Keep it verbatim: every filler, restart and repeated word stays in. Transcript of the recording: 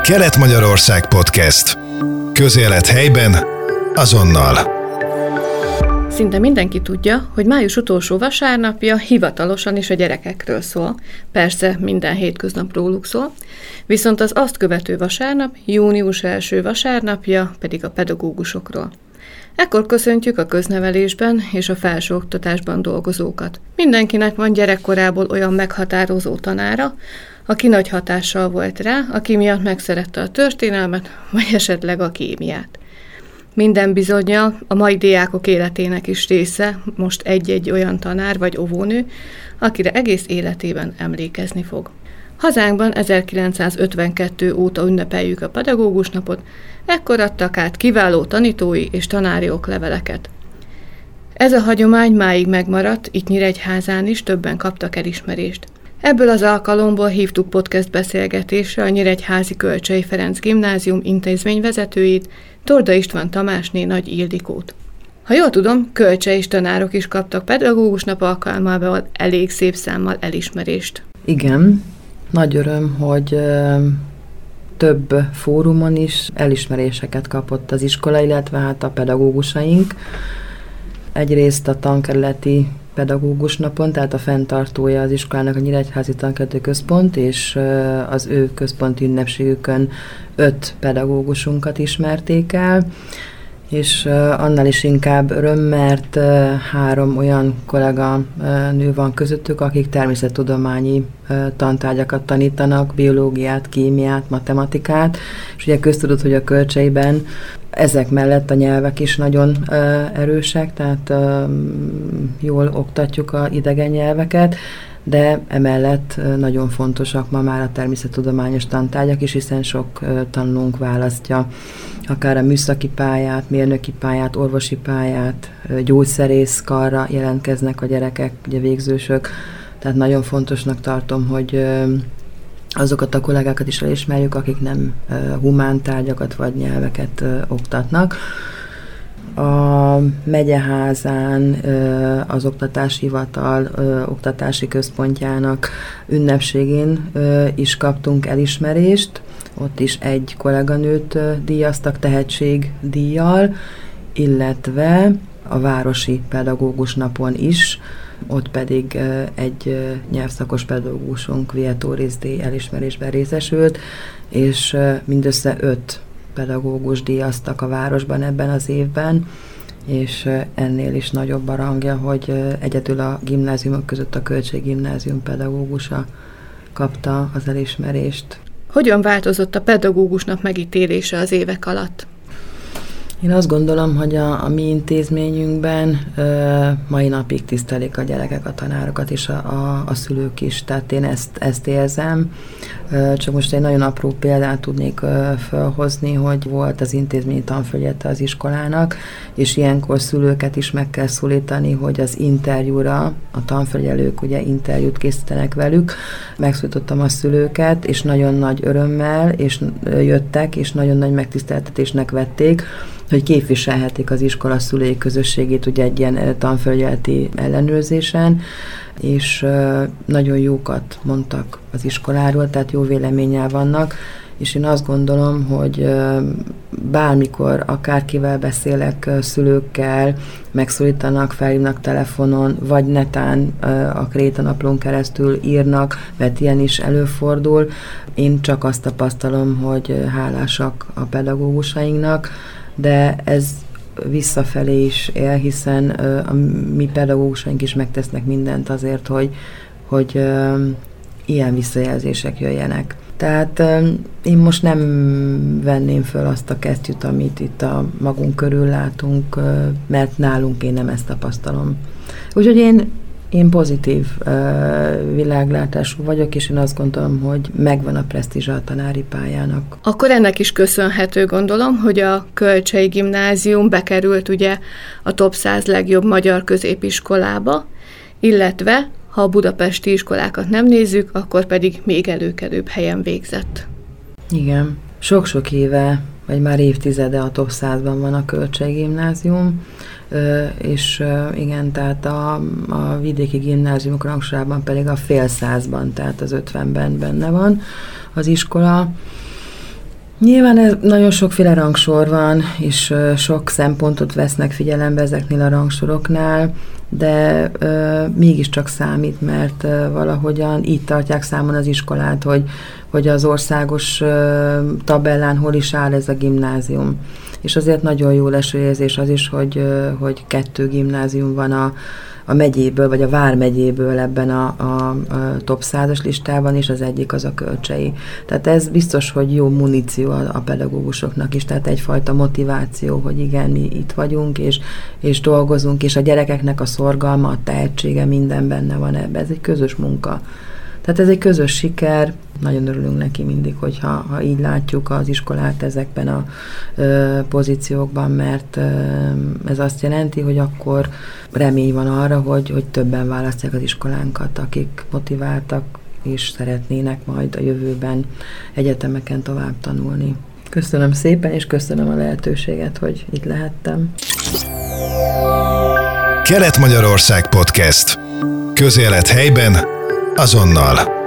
Kelet-Magyarország Podcast. Közélet helyben, azonnal. Szinte mindenki tudja, hogy május utolsó vasárnapja hivatalosan is a gyerekekről szól. Persze minden hétköznap róluk szól, viszont az azt követő vasárnap, június első vasárnapja pedig a pedagógusokról. Ekkor köszöntjük a köznevelésben és a felsőoktatásban dolgozókat. Mindenkinek van gyerekkorából olyan meghatározó tanára, aki nagy hatással volt rá, aki miatt megszerette a történelmet, vagy esetleg a kémiát. Minden bizonnyal a mai diákok életének is része most egy-egy olyan tanár vagy óvónő, akire egész életében emlékezni fog. Hazánkban ezerkilencszázötvenkettő óta ünnepeljük a pedagógus napot, ekkor adtak át kiváló tanítói és tanári okleveleket. Ez a hagyomány máig megmaradt, itt Nyíregyházán is többen kaptak elismerést. Ebből az alkalomból hívtuk podcast beszélgetésre a Nyíregyházi Kölcsey Ferenc Gimnázium intézményvezetőjét, Torda István Tamásné Nagy Ildikót. Ha jól tudom, kölcseis tanárok is kaptak pedagógus nap alkalmával elég szép számmal elismerést. Igen, nagy öröm, hogy ö, több fórumon is elismeréseket kapott az iskola, illetve hát a pedagógusaink. Egyrészt a tankerületi pedagógus napon, tehát a fenntartója az iskolának a Nyíregyházi Tankerületi Központ, és az ő központi ünnepségükön öt pedagógusunkat ismerték el, és annál is inkább öröm, mert három olyan kollega nő van közöttük, akik természettudományi tantárgyakat tanítanak, biológiát, kémiát, matematikát, és ugye köztudott, hogy a Kölcseyben ezek mellett a nyelvek is nagyon uh, erősek, tehát uh, jól oktatjuk a idegen nyelveket, de emellett uh, nagyon fontosak ma már a természettudományos tantárgyak is, hiszen sok uh, tanulónk választja akár a műszaki pályát, mérnöki pályát, orvosi pályát, uh, gyógyszerész karra jelentkeznek a gyerekek, ugye végzősök, tehát nagyon fontosnak tartom, hogy uh, azokat a kollégákat is elismerjük, akik nem uh, humántárgyakat vagy nyelveket uh, oktatnak. A Megyeházán uh, az Oktatási Hivatal uh, oktatási központjának ünnepségén uh, is kaptunk elismerést. Ott is egy kolléganőt uh, díjaztak tehetségdíjjal, illetve a Városi Pedagógus napon is, ott pedig uh, egy uh, nyelvszakos pedagógusunk, Vietoris díj elismerésben részesült, és uh, mindössze öt pedagógus díjaztak a városban ebben az évben, és uh, ennél is nagyobb a rangja, hogy uh, egyedül a gimnáziumok között a Kölcsey Gimnázium pedagógusa kapta az elismerést. Hogyan változott a pedagógusnak megítélése az évek alatt? Én azt gondolom, hogy a, a mi intézményünkben ö, mai napig tisztelik a gyerekek, a tanárokat és a, a, a szülők is, tehát én ezt, ezt érzem. Ö, csak most egy nagyon apró példát tudnék ö, felhozni, hogy volt az intézményi tanfelügyelete az iskolának, és ilyenkor szülőket is meg kell szólítani, hogy az interjúra, a tanfelügyelők ugye interjút készítenek velük, megszólítottam a szülőket, és nagyon nagy örömmel, és jöttek, és nagyon nagy megtiszteltetésnek vették, hogy képviselhetik az iskola szülői közösségét ugye egy ilyen tanfelügyeleti ellenőrzésen, és nagyon jókat mondtak az iskoláról, tehát jó véleménnyel vannak, és én azt gondolom, hogy bármikor, akárkivel beszélek, szülőkkel, megszólítanak, felhívnak telefonon, vagy netán a krétanaplón keresztül írnak, mert ilyen is előfordul. Én csak azt tapasztalom, hogy hálásak a pedagógusainknak, de ez visszafelé is él, hiszen a mi pedagógusaink is megtesznek mindent azért, hogy, hogy ilyen visszajelzések jöjjenek. Tehát én most nem venném föl azt a kesztyűt, amit itt a magunk körül látunk, mert nálunk én nem ezt tapasztalom. Úgyhogy én Én pozitív uh, világlátású vagyok, és én azt gondolom, hogy megvan a presztízsa a tanári pályának. Akkor ennek is köszönhető, gondolom, hogy a Kölcsey Gimnázium bekerült ugye a top száz legjobb magyar középiskolába, illetve ha a budapesti iskolákat nem nézzük, akkor pedig még előkelőbb helyen végzett. Igen. Sok-sok éve, vagy már évtizede a top százban van a Kölcsey Gimnázium, és igen, tehát a, a vidéki gimnáziumok rangsorában pedig a fél százban, tehát az ötvenben benne van az iskola, Nyilván ez nagyon sokféle rangsor van, és sok szempontot vesznek figyelembe ezeknél a rangsoroknál, de ö, mégiscsak számít, mert ö, valahogyan így tartják számon az iskolát, hogy, hogy az országos ö, tabellán hol is áll ez a gimnázium. És azért nagyon jó lesőérzés az is, hogy, ö, hogy kettő gimnázium van a, a megyéből, vagy a vármegyéből ebben a, a, a top százas listában, és az egyik az a Kölcsei. Tehát ez biztos, hogy jó muníció a, a pedagógusoknak is, tehát egyfajta motiváció, hogy igen, mi itt vagyunk, és, és dolgozunk, és a gyerekeknek a szorgalma, a tehetsége, minden benne van ebben. Ez egy közös munka. Tehát ez egy közös siker, nagyon örülünk neki mindig, hogyha ha így látjuk az iskolát ezekben a ö, pozíciókban, mert ö, ez azt jelenti, hogy akkor remény van arra, hogy, hogy többen választják az iskolánkat, akik motiváltak és szeretnének majd a jövőben egyetemeken tovább tanulni. Köszönöm szépen, és köszönöm a lehetőséget, hogy itt lehettem. Kelet-Magyarország Podcast. Közélet helyben, azonnal.